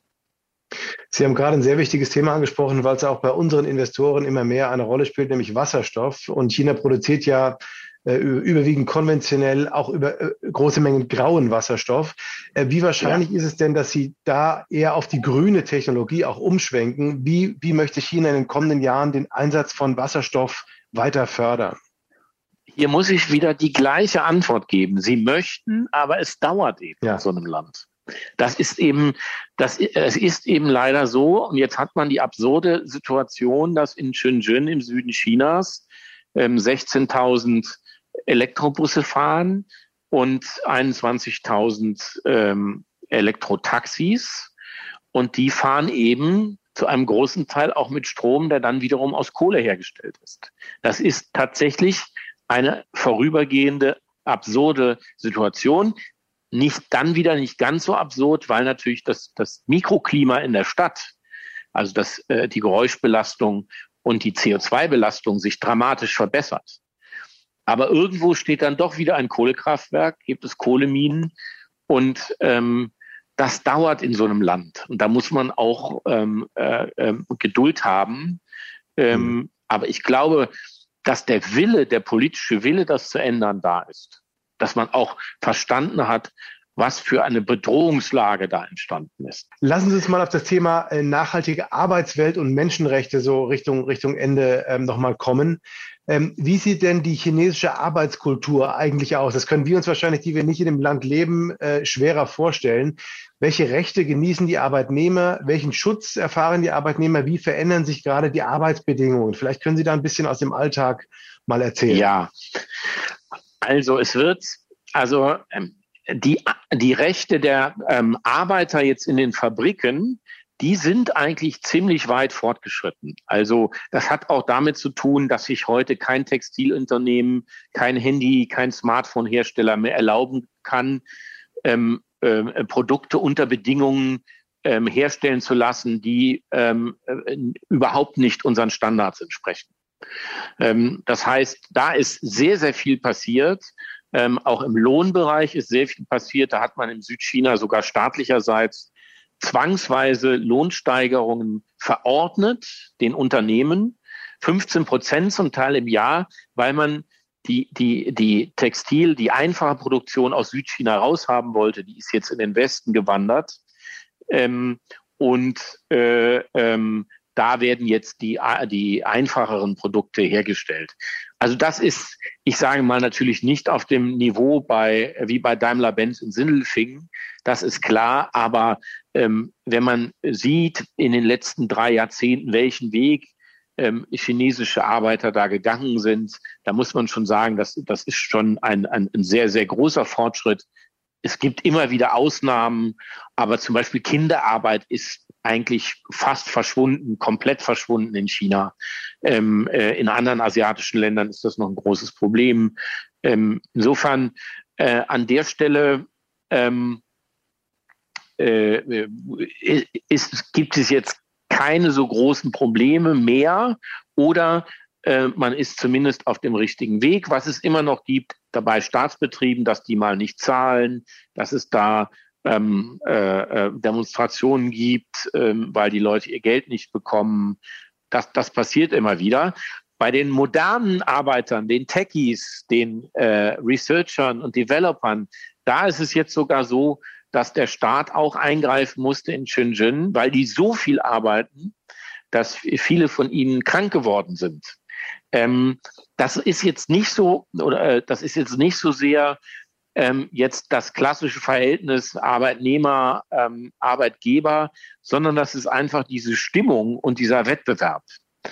Sie haben gerade ein sehr wichtiges Thema angesprochen, weil es auch bei unseren Investoren immer mehr eine Rolle spielt, nämlich Wasserstoff. Und China produziert ja äh, überwiegend konventionell auch über äh, große Mengen grauen Wasserstoff. Äh, wie wahrscheinlich ja. ist es denn, dass Sie da eher auf die grüne Technologie auch umschwenken? Wie, wie möchte China in den kommenden Jahren den Einsatz von Wasserstoff weiter fördern? Hier muss ich wieder die gleiche Antwort geben. Sie möchten, aber es dauert eben ja. in so einem Land. Das ist eben, das, es ist eben leider so. Und jetzt hat man die absurde Situation, dass in Shenzhen im Süden Chinas ähm, sechzehntausend Elektrobusse fahren und einundzwanzigtausend ähm, Elektrotaxis. Und die fahren eben zu einem großen Teil auch mit Strom, der dann wiederum aus Kohle hergestellt ist. Das ist tatsächlich eine vorübergehende, absurde Situation. Nicht dann wieder nicht ganz so absurd, weil natürlich das, das Mikroklima in der Stadt, also das, äh, die Geräuschbelastung und die C O zwei Belastung sich dramatisch verbessert. Aber irgendwo steht dann doch wieder ein Kohlekraftwerk, gibt es Kohleminen und ähm, das dauert in so einem Land. Und da muss man auch ähm, äh, äh, Geduld haben. Ähm, mhm. Aber ich glaube, dass der Wille, der politische Wille, das zu ändern, da ist. Dass man auch verstanden hat, was für eine Bedrohungslage da entstanden ist. Lassen Sie uns mal auf das Thema äh, nachhaltige Arbeitswelt und Menschenrechte so Richtung, Richtung Ende ähm, nochmal kommen. Ähm, wie sieht denn die chinesische Arbeitskultur eigentlich aus? Das können wir uns wahrscheinlich, die wir nicht in dem Land leben, äh, schwerer vorstellen. Welche Rechte genießen die Arbeitnehmer? Welchen Schutz erfahren die Arbeitnehmer? Wie verändern sich gerade die Arbeitsbedingungen? Vielleicht können Sie da ein bisschen aus dem Alltag mal erzählen. Ja, also es wird, also ähm, die, die Rechte der ähm, Arbeiter jetzt in den Fabriken, die sind eigentlich ziemlich weit fortgeschritten. Also das hat auch damit zu tun, dass sich heute kein Textilunternehmen, kein Handy, kein Smartphone-Hersteller mehr erlauben kann, ähm, äh, Produkte unter Bedingungen ähm, herstellen zu lassen, die ähm, äh, überhaupt nicht unseren Standards entsprechen. Ähm, das heißt, da ist sehr, sehr viel passiert. Ähm, auch im Lohnbereich ist sehr viel passiert. Da hat man in Südchina sogar staatlicherseits zwangsweise Lohnsteigerungen verordnet, den Unternehmen, fünfzehn Prozent zum Teil im Jahr, weil man die, die, die Textil, die einfache Produktion aus Südchina raushaben wollte. Die ist jetzt in den Westen gewandert. Ähm, und äh, ähm, da werden jetzt die, die einfacheren Produkte hergestellt. Also das ist, ich sage mal, natürlich nicht auf dem Niveau bei, wie bei Daimler-Benz in Sindelfingen. Das ist klar. Aber ähm, wenn man sieht in den letzten drei Jahrzehnten, welchen Weg ähm, chinesische Arbeiter da gegangen sind, da muss man schon sagen, das, das ist schon ein, ein, ein sehr, sehr großer Fortschritt. Es gibt immer wieder Ausnahmen, aber zum Beispiel Kinderarbeit ist eigentlich fast verschwunden, komplett verschwunden in China. Ähm, äh, in anderen asiatischen Ländern ist das noch ein großes Problem. Ähm, insofern äh, an der Stelle ähm, äh, ist, gibt es jetzt keine so großen Probleme mehr oder äh, man ist zumindest auf dem richtigen Weg. Was es immer noch gibt, dabei Staatsbetrieben, dass die mal nicht zahlen, dass es da Ähm, äh, Demonstrationen gibt, ähm, weil die Leute ihr Geld nicht bekommen. Das, das passiert immer wieder. Bei den modernen Arbeitern, den Techies, den äh, Researchern und Developern, da ist es jetzt sogar so, dass der Staat auch eingreifen musste in Shenzhen, weil die so viel arbeiten, dass viele von ihnen krank geworden sind. Ähm, das ist jetzt nicht so, oder äh, das ist jetzt nicht so sehr Ähm, jetzt das klassische Verhältnis Arbeitnehmer, ähm, Arbeitgeber, sondern das ist einfach diese Stimmung und dieser Wettbewerb,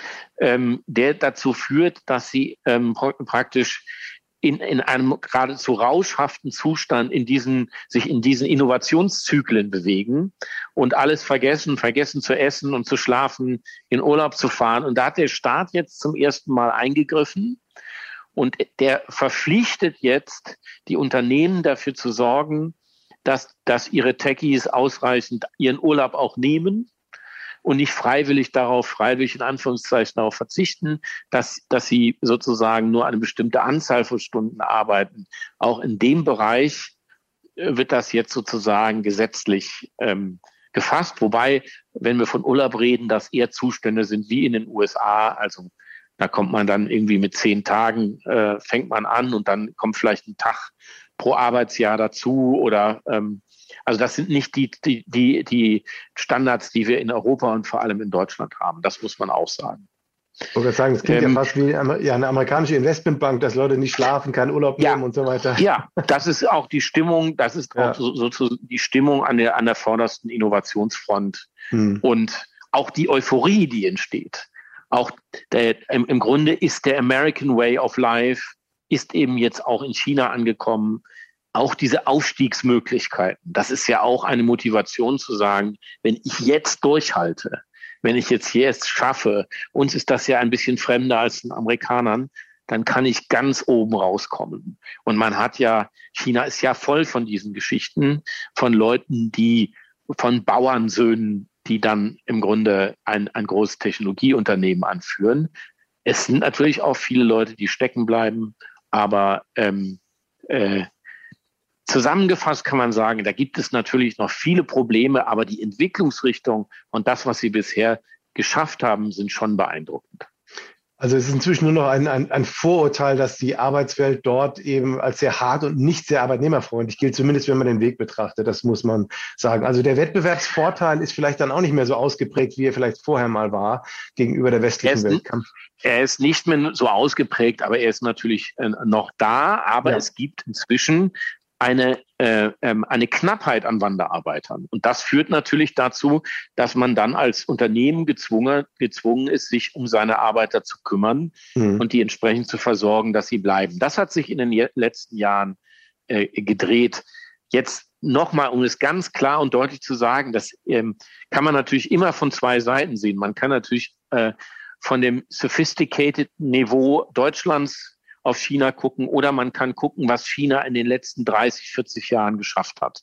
ähm, der dazu führt, dass sie ähm, praktisch in, in einem geradezu rauschhaften Zustand in diesen, sich in diesen Innovationszyklen bewegen und alles vergessen, vergessen zu essen und zu schlafen, in Urlaub zu fahren. Und da hat der Staat jetzt zum ersten Mal eingegriffen. Und der verpflichtet jetzt die Unternehmen dafür zu sorgen, dass, dass ihre Techies ausreichend ihren Urlaub auch nehmen und nicht freiwillig darauf, freiwillig in Anführungszeichen darauf verzichten, dass, dass sie sozusagen nur eine bestimmte Anzahl von Stunden arbeiten. Auch in dem Bereich wird das jetzt sozusagen gesetzlich ähm, gefasst. Wobei, wenn wir von Urlaub reden, das eher Zustände sind wie in den U S A, also da kommt man dann irgendwie mit zehn Tagen, äh, fängt man an und dann kommt vielleicht ein Tag pro Arbeitsjahr dazu oder ähm, also das sind nicht die, die, die, die Standards, die wir in Europa und vor allem in Deutschland haben. Das muss man auch sagen. Ich wollte sagen, es klingt ähm, ja fast wie ja, eine amerikanische Investmentbank, dass Leute nicht schlafen, keinen Urlaub ja, nehmen und so weiter. Ja, das ist auch die Stimmung, das ist ja. auch so, so die Stimmung an der, an der vordersten Innovationsfront hm. und auch die Euphorie, die entsteht. Auch der, im, im Grunde ist der American Way of Life, ist eben jetzt auch in China angekommen. Auch diese Aufstiegsmöglichkeiten, das ist ja auch eine Motivation zu sagen, wenn ich jetzt durchhalte, wenn ich jetzt jetzt schaffe, uns ist das ja ein bisschen fremder als den Amerikanern, dann kann ich ganz oben rauskommen. Und man hat ja, China ist ja voll von diesen Geschichten, von Leuten, die von Bauernsöhnen, die dann im Grunde ein, ein großes Technologieunternehmen anführen. Es sind natürlich auch viele Leute, die stecken bleiben, aber ähm, äh, zusammengefasst kann man sagen, da gibt es natürlich noch viele Probleme, aber die Entwicklungsrichtung und das, was sie bisher geschafft haben, sind schon beeindruckend. Also es ist inzwischen nur noch ein, ein, ein Vorurteil, dass die Arbeitswelt dort eben als sehr hart und nicht sehr arbeitnehmerfreundlich gilt, zumindest wenn man den Weg betrachtet, das muss man sagen. Also der Wettbewerbsvorteil ist vielleicht dann auch nicht mehr so ausgeprägt, wie er vielleicht vorher mal war, gegenüber der westlichen er Welt. Er ist nicht mehr so ausgeprägt, aber er ist natürlich äh, noch da, aber ja. Es gibt inzwischen eine, äh, ähm, eine Knappheit an Wanderarbeitern. Und das führt natürlich dazu, dass man dann als Unternehmen gezwungen, gezwungen ist, sich um seine Arbeiter zu kümmern mhm. und die entsprechend zu versorgen, dass sie bleiben. Das hat sich in den je- letzten Jahren äh, gedreht. Jetzt nochmal, um es ganz klar und deutlich zu sagen, das ähm, kann man natürlich immer von zwei Seiten sehen. Man kann natürlich äh, von dem sophisticated Niveau Deutschlands auf China gucken oder man kann gucken, was China in den letzten dreißig, vierzig Jahren geschafft hat.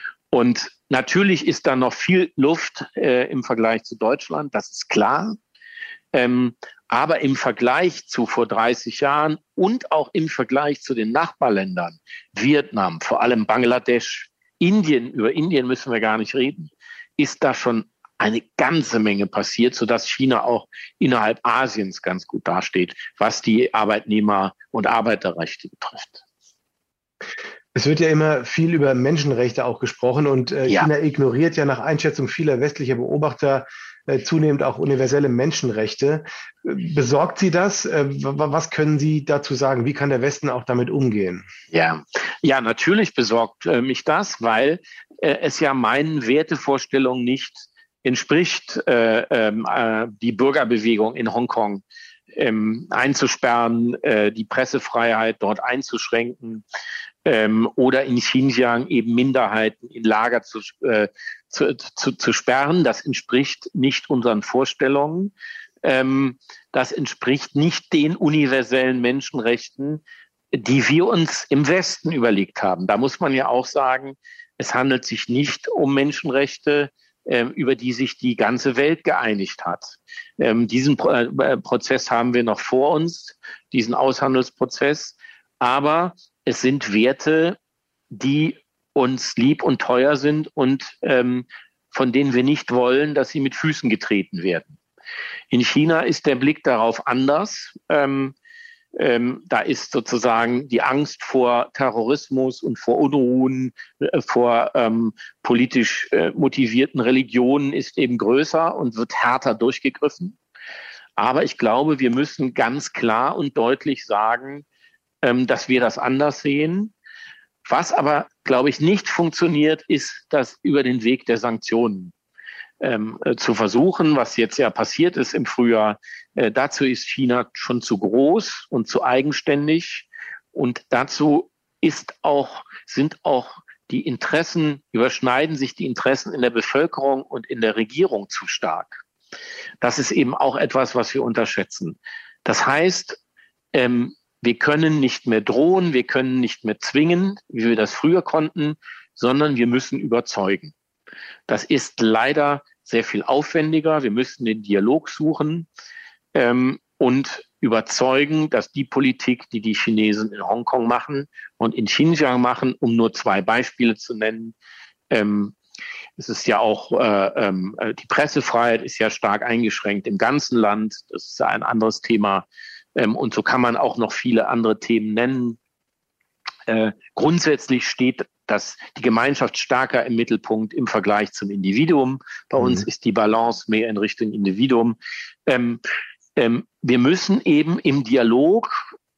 Und natürlich ist da noch viel Luft äh, im Vergleich zu Deutschland, das ist klar. Ähm, aber im Vergleich zu vor dreißig Jahren und auch im Vergleich zu den Nachbarländern, Vietnam, vor allem Bangladesch, Indien, über Indien müssen wir gar nicht reden, ist da schon eine ganze Menge passiert, sodass China auch innerhalb Asiens ganz gut dasteht, was die Arbeitnehmer- und Arbeiterrechte betrifft. Es wird ja immer viel über Menschenrechte auch gesprochen und äh, ja. China ignoriert ja nach Einschätzung vieler westlicher Beobachter äh, zunehmend auch universelle Menschenrechte. Besorgt Sie das? Äh, was können Sie dazu sagen? Wie kann der Westen auch damit umgehen? Ja, ja, natürlich besorgt äh, mich das, weil äh, es ja meinen Wertevorstellungen nicht entspricht, äh, äh, die Bürgerbewegung in Hongkong ähm, einzusperren, äh, die Pressefreiheit dort einzuschränken, ähm, oder in Xinjiang eben Minderheiten in Lager zu, äh, zu, zu, zu sperren. Das entspricht nicht unseren Vorstellungen. Ähm, das entspricht nicht den universellen Menschenrechten, die wir uns im Westen überlegt haben. Da muss man ja auch sagen, es handelt sich nicht um Menschenrechte, äh, über die sich die ganze Welt geeinigt hat. Ähm, diesen Pro- äh, Prozess haben wir noch vor uns, diesen Aushandelsprozess. Aber es sind Werte, die uns lieb und teuer sind und ähm, von denen wir nicht wollen, dass sie mit Füßen getreten werden. In China ist der Blick darauf anders. Ähm, ähm, da ist sozusagen die Angst vor Terrorismus und vor Unruhen, äh, vor ähm, politisch äh, motivierten Religionen ist eben größer und wird härter durchgegriffen. Aber ich glaube, wir müssen ganz klar und deutlich sagen, dass wir das anders sehen. Was aber, glaube ich, nicht funktioniert, ist, das über den Weg der Sanktionen ähm, äh, zu versuchen, was jetzt ja passiert ist im Frühjahr. Äh, dazu ist China schon zu groß und zu eigenständig. Und dazu ist auch, sind auch die Interessen, überschneiden sich die Interessen in der Bevölkerung und in der Regierung zu stark. Das ist eben auch etwas, was wir unterschätzen. Das heißt, ähm, wir können nicht mehr drohen, wir können nicht mehr zwingen, wie wir das früher konnten, sondern wir müssen überzeugen. Das ist leider sehr viel aufwendiger. Wir müssen den Dialog suchen ähm, und überzeugen, dass die Politik, die die Chinesen in Hongkong machen und in Xinjiang machen, um nur zwei Beispiele zu nennen, ähm, es ist ja auch, äh, äh, die Pressefreiheit ist ja stark eingeschränkt im ganzen Land. Das ist ja ein anderes Thema. Ähm, und so kann man auch noch viele andere Themen nennen. Äh, grundsätzlich steht das, die Gemeinschaft stärker im Mittelpunkt im Vergleich zum Individuum. Bei mhm. uns ist die Balance mehr in Richtung Individuum. Ähm, ähm, wir müssen eben im Dialog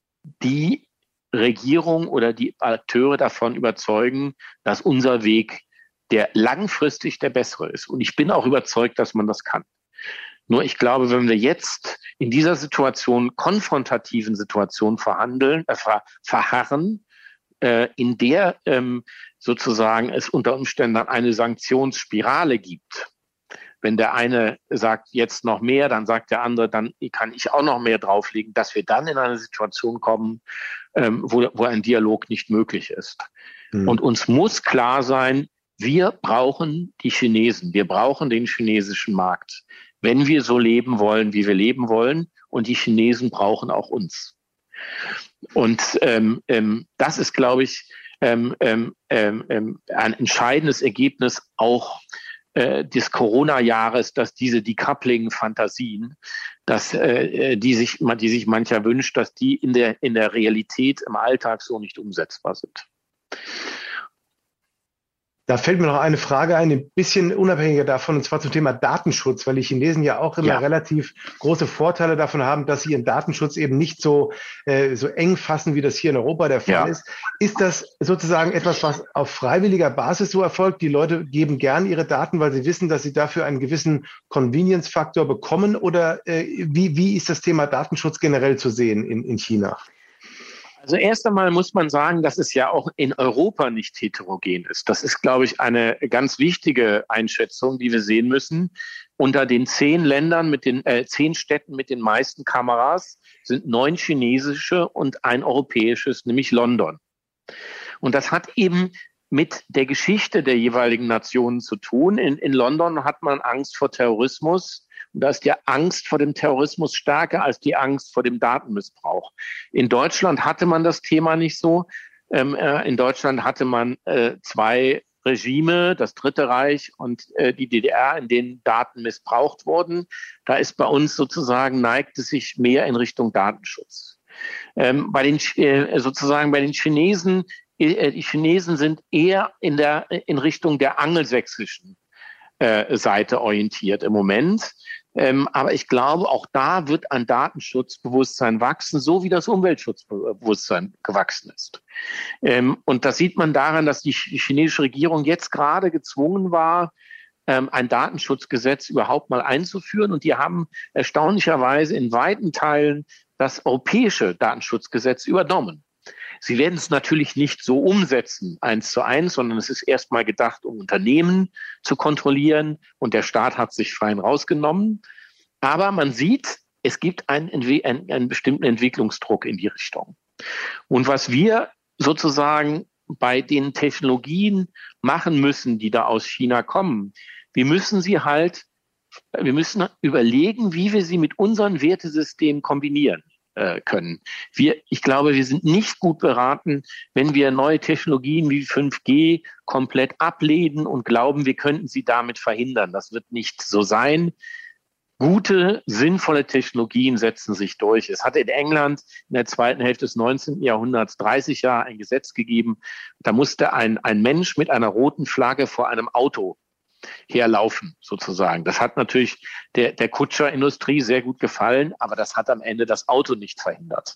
die Regierung oder die Akteure davon überzeugen, dass unser Weg der langfristig der bessere ist. Und ich bin auch überzeugt, dass man das kann. Nur ich glaube, wenn wir jetzt in dieser Situation, konfrontativen Situation verhandeln, äh, ver, verharren, äh, in der ähm, sozusagen es unter Umständen dann eine Sanktionsspirale gibt. Wenn der eine sagt, jetzt noch mehr, dann sagt der andere, dann kann ich auch noch mehr drauflegen, dass wir dann in eine Situation kommen, ähm, wo, wo ein Dialog nicht möglich ist. Mhm. Und uns muss klar sein, wir brauchen die Chinesen, wir brauchen den chinesischen Markt, wenn wir so leben wollen, wie wir leben wollen. Und die Chinesen brauchen auch uns. Und ähm, ähm, das ist, glaube ich, ähm, ähm, ähm, ein entscheidendes Ergebnis auch äh, des Corona-Jahres, dass diese Decoupling-Fantasien, dass äh, die sich, die sich mancher wünscht, dass die in der in der Realität im Alltag so nicht umsetzbar sind. Da fällt mir noch eine Frage ein, ein bisschen unabhängiger davon, und zwar zum Thema Datenschutz, weil die Chinesen ja auch immer ja. relativ große Vorteile davon haben, dass sie ihren Datenschutz eben nicht so, äh, so eng fassen, wie das hier in Europa der Fall ja. ist. Ist das sozusagen etwas, was auf freiwilliger Basis so erfolgt? Die Leute geben gern ihre Daten, weil sie wissen, dass sie dafür einen gewissen Convenience-Faktor bekommen? Oder äh, wie, wie ist das Thema Datenschutz generell zu sehen in, in China? Also erst einmal muss man sagen, dass es ja auch in Europa nicht heterogen ist. Das ist, glaube ich, eine ganz wichtige Einschätzung, die wir sehen müssen. Unter den zehn Ländern mit den äh, zehn Städten mit den meisten Kameras sind neun chinesische und ein europäisches, nämlich London. Und das hat eben mit der Geschichte der jeweiligen Nationen zu tun. In, in London hat man Angst vor Terrorismus. Und da ist die Angst vor dem Terrorismus stärker als die Angst vor dem Datenmissbrauch. In Deutschland hatte man das Thema nicht so. Ähm, äh, in Deutschland hatte man äh, zwei Regime, das Dritte Reich und äh, die D D R, in denen Daten missbraucht wurden. Da ist bei uns sozusagen, neigt es sich mehr in Richtung Datenschutz. Ähm, bei den, äh, sozusagen bei den Chinesen Die Chinesen sind eher in der in Richtung der angelsächsischen äh, Seite orientiert im Moment. Ähm, aber ich glaube, auch da wird ein Datenschutzbewusstsein wachsen, so wie das Umweltschutzbewusstsein gewachsen ist. Ähm, und das sieht man daran, dass die chinesische Regierung jetzt gerade gezwungen war, ähm, ein Datenschutzgesetz überhaupt mal einzuführen. Und die haben erstaunlicherweise in weiten Teilen das europäische Datenschutzgesetz übernommen. Sie werden es natürlich nicht so umsetzen, eins zu eins, sondern es ist erstmal gedacht, um Unternehmen zu kontrollieren, und der Staat hat sich fein rausgenommen. Aber man sieht, es gibt einen, einen, einen bestimmten Entwicklungsdruck in die Richtung. Und was wir sozusagen bei den Technologien machen müssen, die da aus China kommen, wir müssen sie halt, wir müssen überlegen, wie wir sie mit unseren Wertesystemen kombinieren können. Wir, ich glaube, wir sind nicht gut beraten, wenn wir neue Technologien wie fünf G komplett ablehnen und glauben, wir könnten sie damit verhindern. Das wird nicht so sein. Gute, sinnvolle Technologien setzen sich durch. Es hat in England in der zweiten Hälfte des neunzehnten Jahrhunderts dreißig Jahre ein Gesetz gegeben. Da musste ein, ein Mensch mit einer roten Flagge vor einem Auto herlaufen, sozusagen. Das hat natürlich der, der Kutscherindustrie sehr gut gefallen, aber das hat am Ende das Auto nicht verhindert.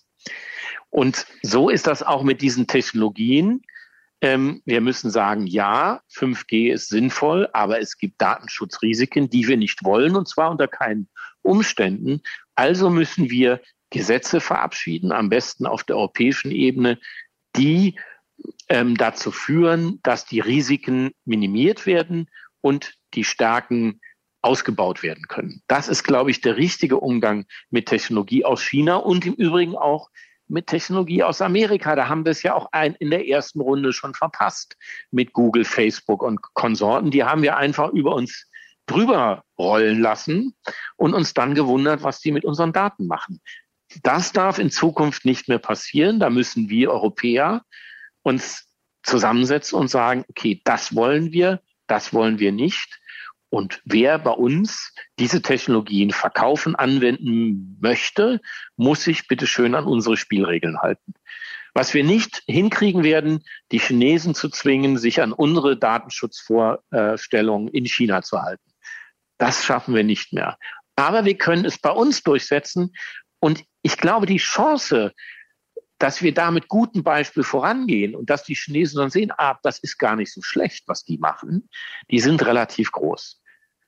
Und so ist das auch mit diesen Technologien. Ähm, wir müssen sagen, ja, fünf G ist sinnvoll, aber es gibt Datenschutzrisiken, die wir nicht wollen, und zwar unter keinen Umständen. Also müssen wir Gesetze verabschieden, am besten auf der europäischen Ebene, die ähm, dazu führen, dass die Risiken minimiert werden und die Stärken ausgebaut werden können. Das ist, glaube ich, der richtige Umgang mit Technologie aus China und im Übrigen auch mit Technologie aus Amerika. Da haben wir es ja auch ein, in der ersten Runde schon verpasst mit Google, Facebook und Konsorten. Die haben wir einfach über uns drüber rollen lassen und uns dann gewundert, was die mit unseren Daten machen. Das darf in Zukunft nicht mehr passieren. Da müssen wir Europäer uns zusammensetzen und sagen, okay, das wollen wir, das wollen wir nicht. Und wer bei uns diese Technologien verkaufen, anwenden möchte, muss sich bitte schön an unsere Spielregeln halten. Was wir nicht hinkriegen werden, die Chinesen zu zwingen, sich an unsere Datenschutzvorstellungen in China zu halten. Das schaffen wir nicht mehr. Aber wir können es bei uns durchsetzen. Und ich glaube, die Chance, dass wir da mit gutem Beispiel vorangehen und dass die Chinesen dann sehen, ah, das ist gar nicht so schlecht, was die machen, die sind relativ groß.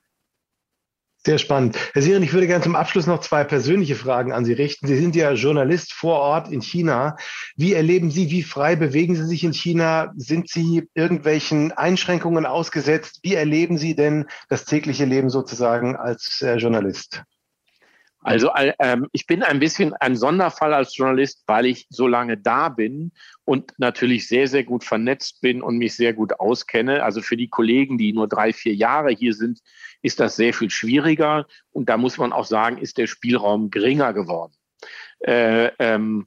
Sehr spannend. Herr Siren, ich würde gerne zum Abschluss noch zwei persönliche Fragen an Sie richten. Sie sind ja Journalist vor Ort in China. Wie erleben Sie, wie frei bewegen Sie sich in China? Sind Sie irgendwelchen Einschränkungen ausgesetzt? Wie erleben Sie denn das tägliche Leben sozusagen als äh, Journalist? Also ähm, ich bin ein bisschen ein Sonderfall als Journalist, weil ich so lange da bin und natürlich sehr, sehr gut vernetzt bin und mich sehr gut auskenne. Also für die Kollegen, die nur drei, vier Jahre hier sind, ist das sehr viel schwieriger. Und da muss man auch sagen, ist der Spielraum geringer geworden. Äh, ähm,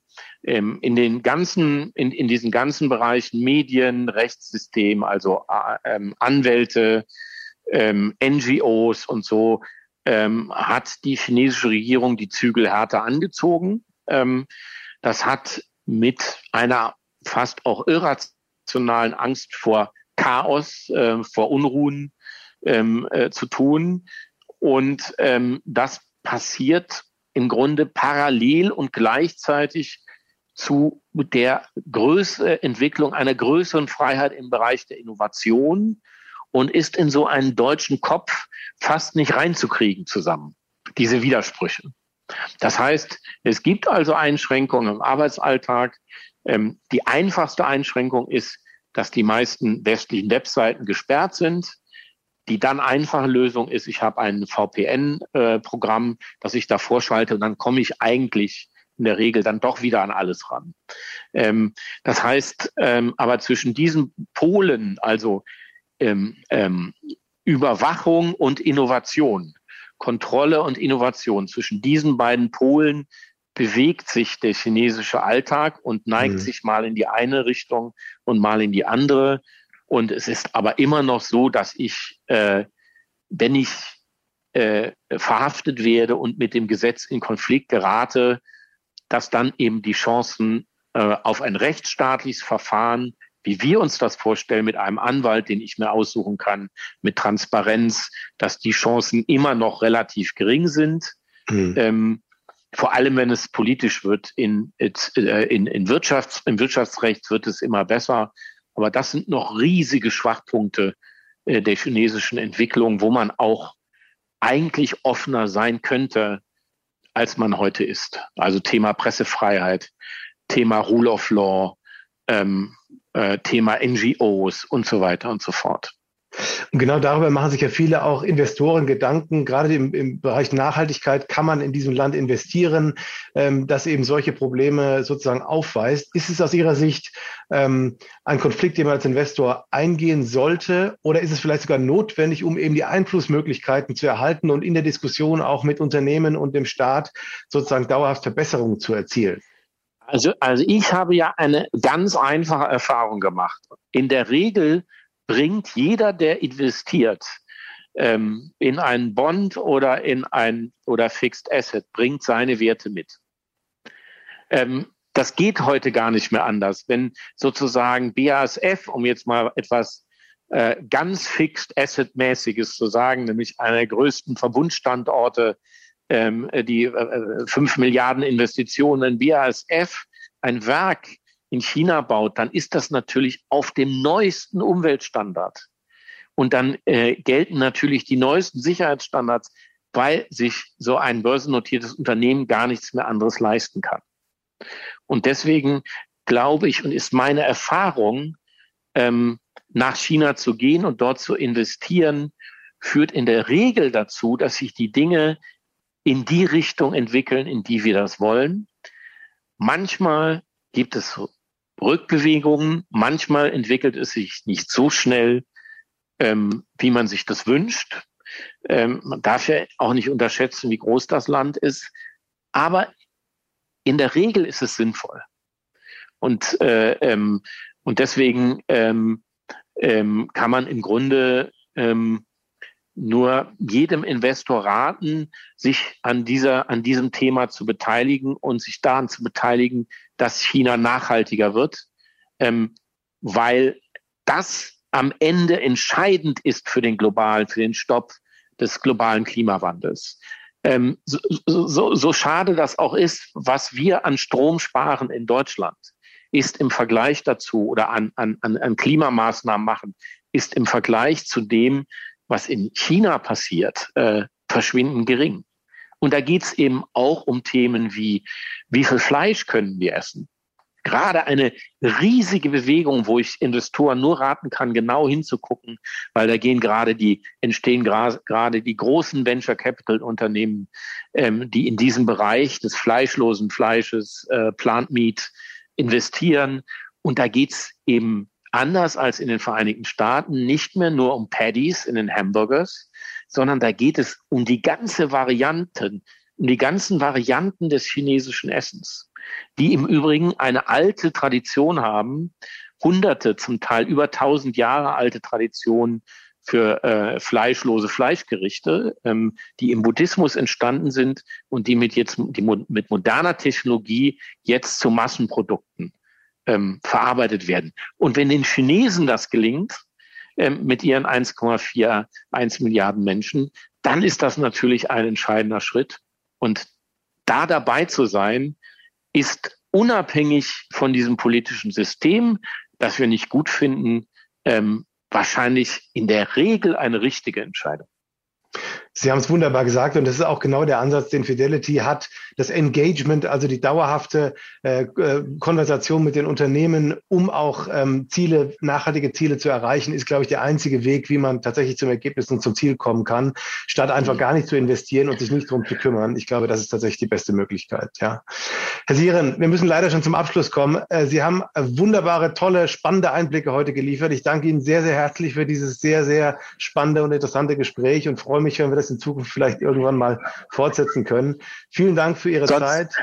in den ganzen, in, in diesen ganzen Bereichen Medien, Rechtssystem, also äh, ähm, Anwälte, ähm, N G Os und so, Ähm, hat die chinesische Regierung die Zügel härter angezogen. Ähm, das hat mit einer fast auch irrationalen Angst vor Chaos, äh, vor Unruhen ähm, äh, zu tun. Und ähm, das passiert im Grunde parallel und gleichzeitig zu der Größe, Entwicklung einer größeren Freiheit im Bereich der Innovation und ist in so einen deutschen Kopf fast nicht reinzukriegen zusammen, diese Widersprüche. Das heißt, es gibt also Einschränkungen im Arbeitsalltag. Ähm, die einfachste Einschränkung ist, dass die meisten westlichen Webseiten gesperrt sind. Die dann einfache Lösung ist, ich habe ein V P N-Programm, äh, das ich davor schalte, und dann komme ich eigentlich in der Regel dann doch wieder an alles ran. Ähm, das heißt, ähm, aber zwischen diesen Polen, also Ähm, ähm, Überwachung und Innovation, Kontrolle und Innovation. Zwischen diesen beiden Polen bewegt sich der chinesische Alltag und neigt mhm. sich mal in die eine Richtung und mal in die andere. Und es ist aber immer noch so, dass ich, äh, wenn ich äh, verhaftet werde und mit dem Gesetz in Konflikt gerate, dass dann eben die Chancen äh, auf ein rechtsstaatliches Verfahren wie wir uns das vorstellen, mit einem Anwalt, den ich mir aussuchen kann, mit Transparenz, dass die Chancen immer noch relativ gering sind. Mhm. Ähm, vor allem, wenn es politisch wird, in, in, in Wirtschafts-, im Wirtschaftsrecht wird es immer besser. Aber das sind noch riesige Schwachpunkte äh, der chinesischen Entwicklung, wo man auch eigentlich offener sein könnte, als man heute ist. Also Thema Pressefreiheit, Thema Rule of Law, ähm, äh, Thema N G Os und so weiter und so fort. Und genau darüber machen sich ja viele auch Investoren Gedanken. Gerade im, im Bereich Nachhaltigkeit kann man in diesem Land investieren, ähm, das eben solche Probleme sozusagen aufweist. Ist es aus Ihrer Sicht ähm, ein Konflikt, den man als Investor eingehen sollte? Oder ist es vielleicht sogar notwendig, um eben die Einflussmöglichkeiten zu erhalten und in der Diskussion auch mit Unternehmen und dem Staat sozusagen dauerhaft Verbesserungen zu erzielen? Also, also ich habe ja eine ganz einfache Erfahrung gemacht. In der Regel bringt jeder, der investiert ähm, in einen Bond oder in ein oder Fixed Asset, bringt seine Werte mit. Ähm, das geht heute gar nicht mehr anders. Wenn sozusagen B A S F, um jetzt mal etwas äh, ganz Fixed Asset-mäßiges zu sagen, nämlich einer der größten Verbundstandorte, ähm, die äh, fünf Milliarden Investitionen in B A S F, ein Werk in China baut, dann ist das natürlich auf dem neuesten Umweltstandard. Und dann äh, gelten natürlich die neuesten Sicherheitsstandards, weil sich so ein börsennotiertes Unternehmen gar nichts mehr anderes leisten kann. Und deswegen glaube ich und ist meine Erfahrung, ähm, nach China zu gehen und dort zu investieren, führt in der Regel dazu, dass sich die Dinge in die Richtung entwickeln, in die wir das wollen. Manchmal gibt es Rückbewegungen, manchmal entwickelt es sich nicht so schnell, ähm, wie man sich das wünscht. Ähm, man darf ja auch nicht unterschätzen, wie groß das Land ist. Aber in der Regel ist es sinnvoll. Und, äh, ähm, und deswegen ähm, ähm, kann man im Grunde ähm, nur jedem Investor raten, sich an dieser, an diesem Thema zu beteiligen und sich daran zu beteiligen, dass China nachhaltiger wird, ähm, weil das am Ende entscheidend ist für den globalen, für den Stopp des globalen Klimawandels. Ähm, so, so, so schade das auch ist, was wir an Strom sparen in Deutschland, ist im Vergleich dazu oder an, an, an Klimamaßnahmen machen, ist im Vergleich zu dem, was in China passiert, äh, verschwindend gering. Und da geht es eben auch um Themen wie, wie viel Fleisch können wir essen? Gerade eine riesige Bewegung, wo ich Investoren nur raten kann, genau hinzugucken, weil da gehen gerade die, entstehen gerade die großen Venture Capital Unternehmen, ähm, die in diesem Bereich des fleischlosen Fleisches, äh, Plant Meat investieren. Und da geht's eben anders als in den Vereinigten Staaten nicht mehr nur um Patties in den Hamburgers, sondern da geht es um die ganze Varianten, um die ganzen Varianten des chinesischen Essens, die im Übrigen eine alte Tradition haben, hunderte, zum Teil über tausend Jahre alte Tradition für äh, fleischlose Fleischgerichte, ähm, die im Buddhismus entstanden sind und die mit jetzt die mit moderner Technologie jetzt zu Massenprodukten ähm, verarbeitet werden. Und wenn den Chinesen das gelingt, ähm, mit ihren eins Komma einundvierzig Milliarden Menschen, dann ist das natürlich ein entscheidender Schritt. Und da dabei zu sein, ist unabhängig von diesem politischen System, das wir nicht gut finden, ähm, wahrscheinlich in der Regel eine richtige Entscheidung. Sie haben es wunderbar gesagt und das ist auch genau der Ansatz, den Fidelity hat. Das Engagement, also die dauerhafte äh, Konversation mit den Unternehmen, um auch ähm, Ziele, nachhaltige Ziele zu erreichen, ist, glaube ich, der einzige Weg, wie man tatsächlich zum Ergebnis und zum Ziel kommen kann, statt einfach gar nicht zu investieren und sich nicht darum zu kümmern. Ich glaube, das ist tatsächlich die beste Möglichkeit. Ja. Herr Siren, wir müssen leider schon zum Abschluss kommen. Äh, Sie haben wunderbare, tolle, spannende Einblicke heute geliefert. Ich danke Ihnen sehr, sehr herzlich für dieses sehr, sehr spannende und interessante Gespräch und freue mich, wenn wir das in Zukunft vielleicht irgendwann mal fortsetzen können. Vielen Dank für Ihre sonst, Zeit.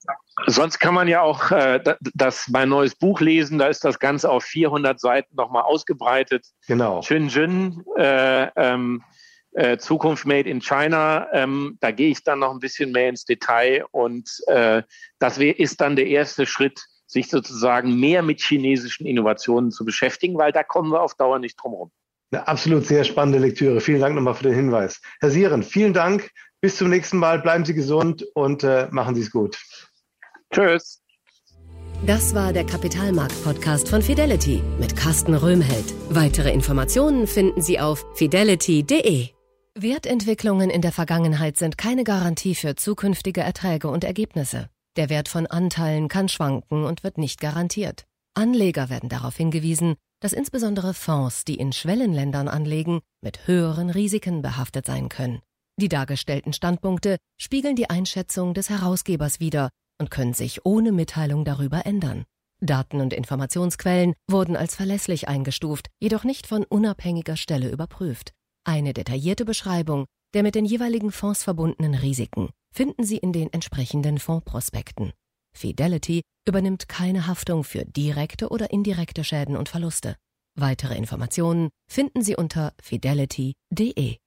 Sonst kann man ja auch äh, das mein neues Buch lesen. Da ist das Ganze auf vierhundert Seiten nochmal ausgebreitet. Genau. Shenzhen, äh, ähm, äh, Zukunft Made in China. Ähm, da gehe ich dann noch ein bisschen mehr ins Detail und äh, das wär, ist dann der erste Schritt sich sozusagen mehr mit chinesischen Innovationen zu beschäftigen, weil da kommen wir auf Dauer nicht drum herum. Eine absolut sehr spannende Lektüre. Vielen Dank nochmal für den Hinweis. Herr Sieren, vielen Dank. Bis zum nächsten Mal. Bleiben Sie gesund und äh, machen Sie es gut. Tschüss. Das war der Kapitalmarkt-Podcast von Fidelity mit Carsten Röhmheld. Weitere Informationen finden Sie auf fidelity punkt de. Wertentwicklungen in der Vergangenheit sind keine Garantie für zukünftige Erträge und Ergebnisse. Der Wert von Anteilen kann schwanken und wird nicht garantiert. Anleger werden darauf hingewiesen, dass insbesondere Fonds, die in Schwellenländern anlegen, mit höheren Risiken behaftet sein können. Die dargestellten Standpunkte spiegeln die Einschätzung des Herausgebers wider und können sich ohne Mitteilung darüber ändern. Daten und Informationsquellen wurden als verlässlich eingestuft, jedoch nicht von unabhängiger Stelle überprüft. Eine detaillierte Beschreibung der mit den jeweiligen Fonds verbundenen Risiken finden Sie in den entsprechenden Fondsprospekten. Fidelity übernimmt keine Haftung für direkte oder indirekte Schäden und Verluste. Weitere Informationen finden Sie unter fidelity punkt de.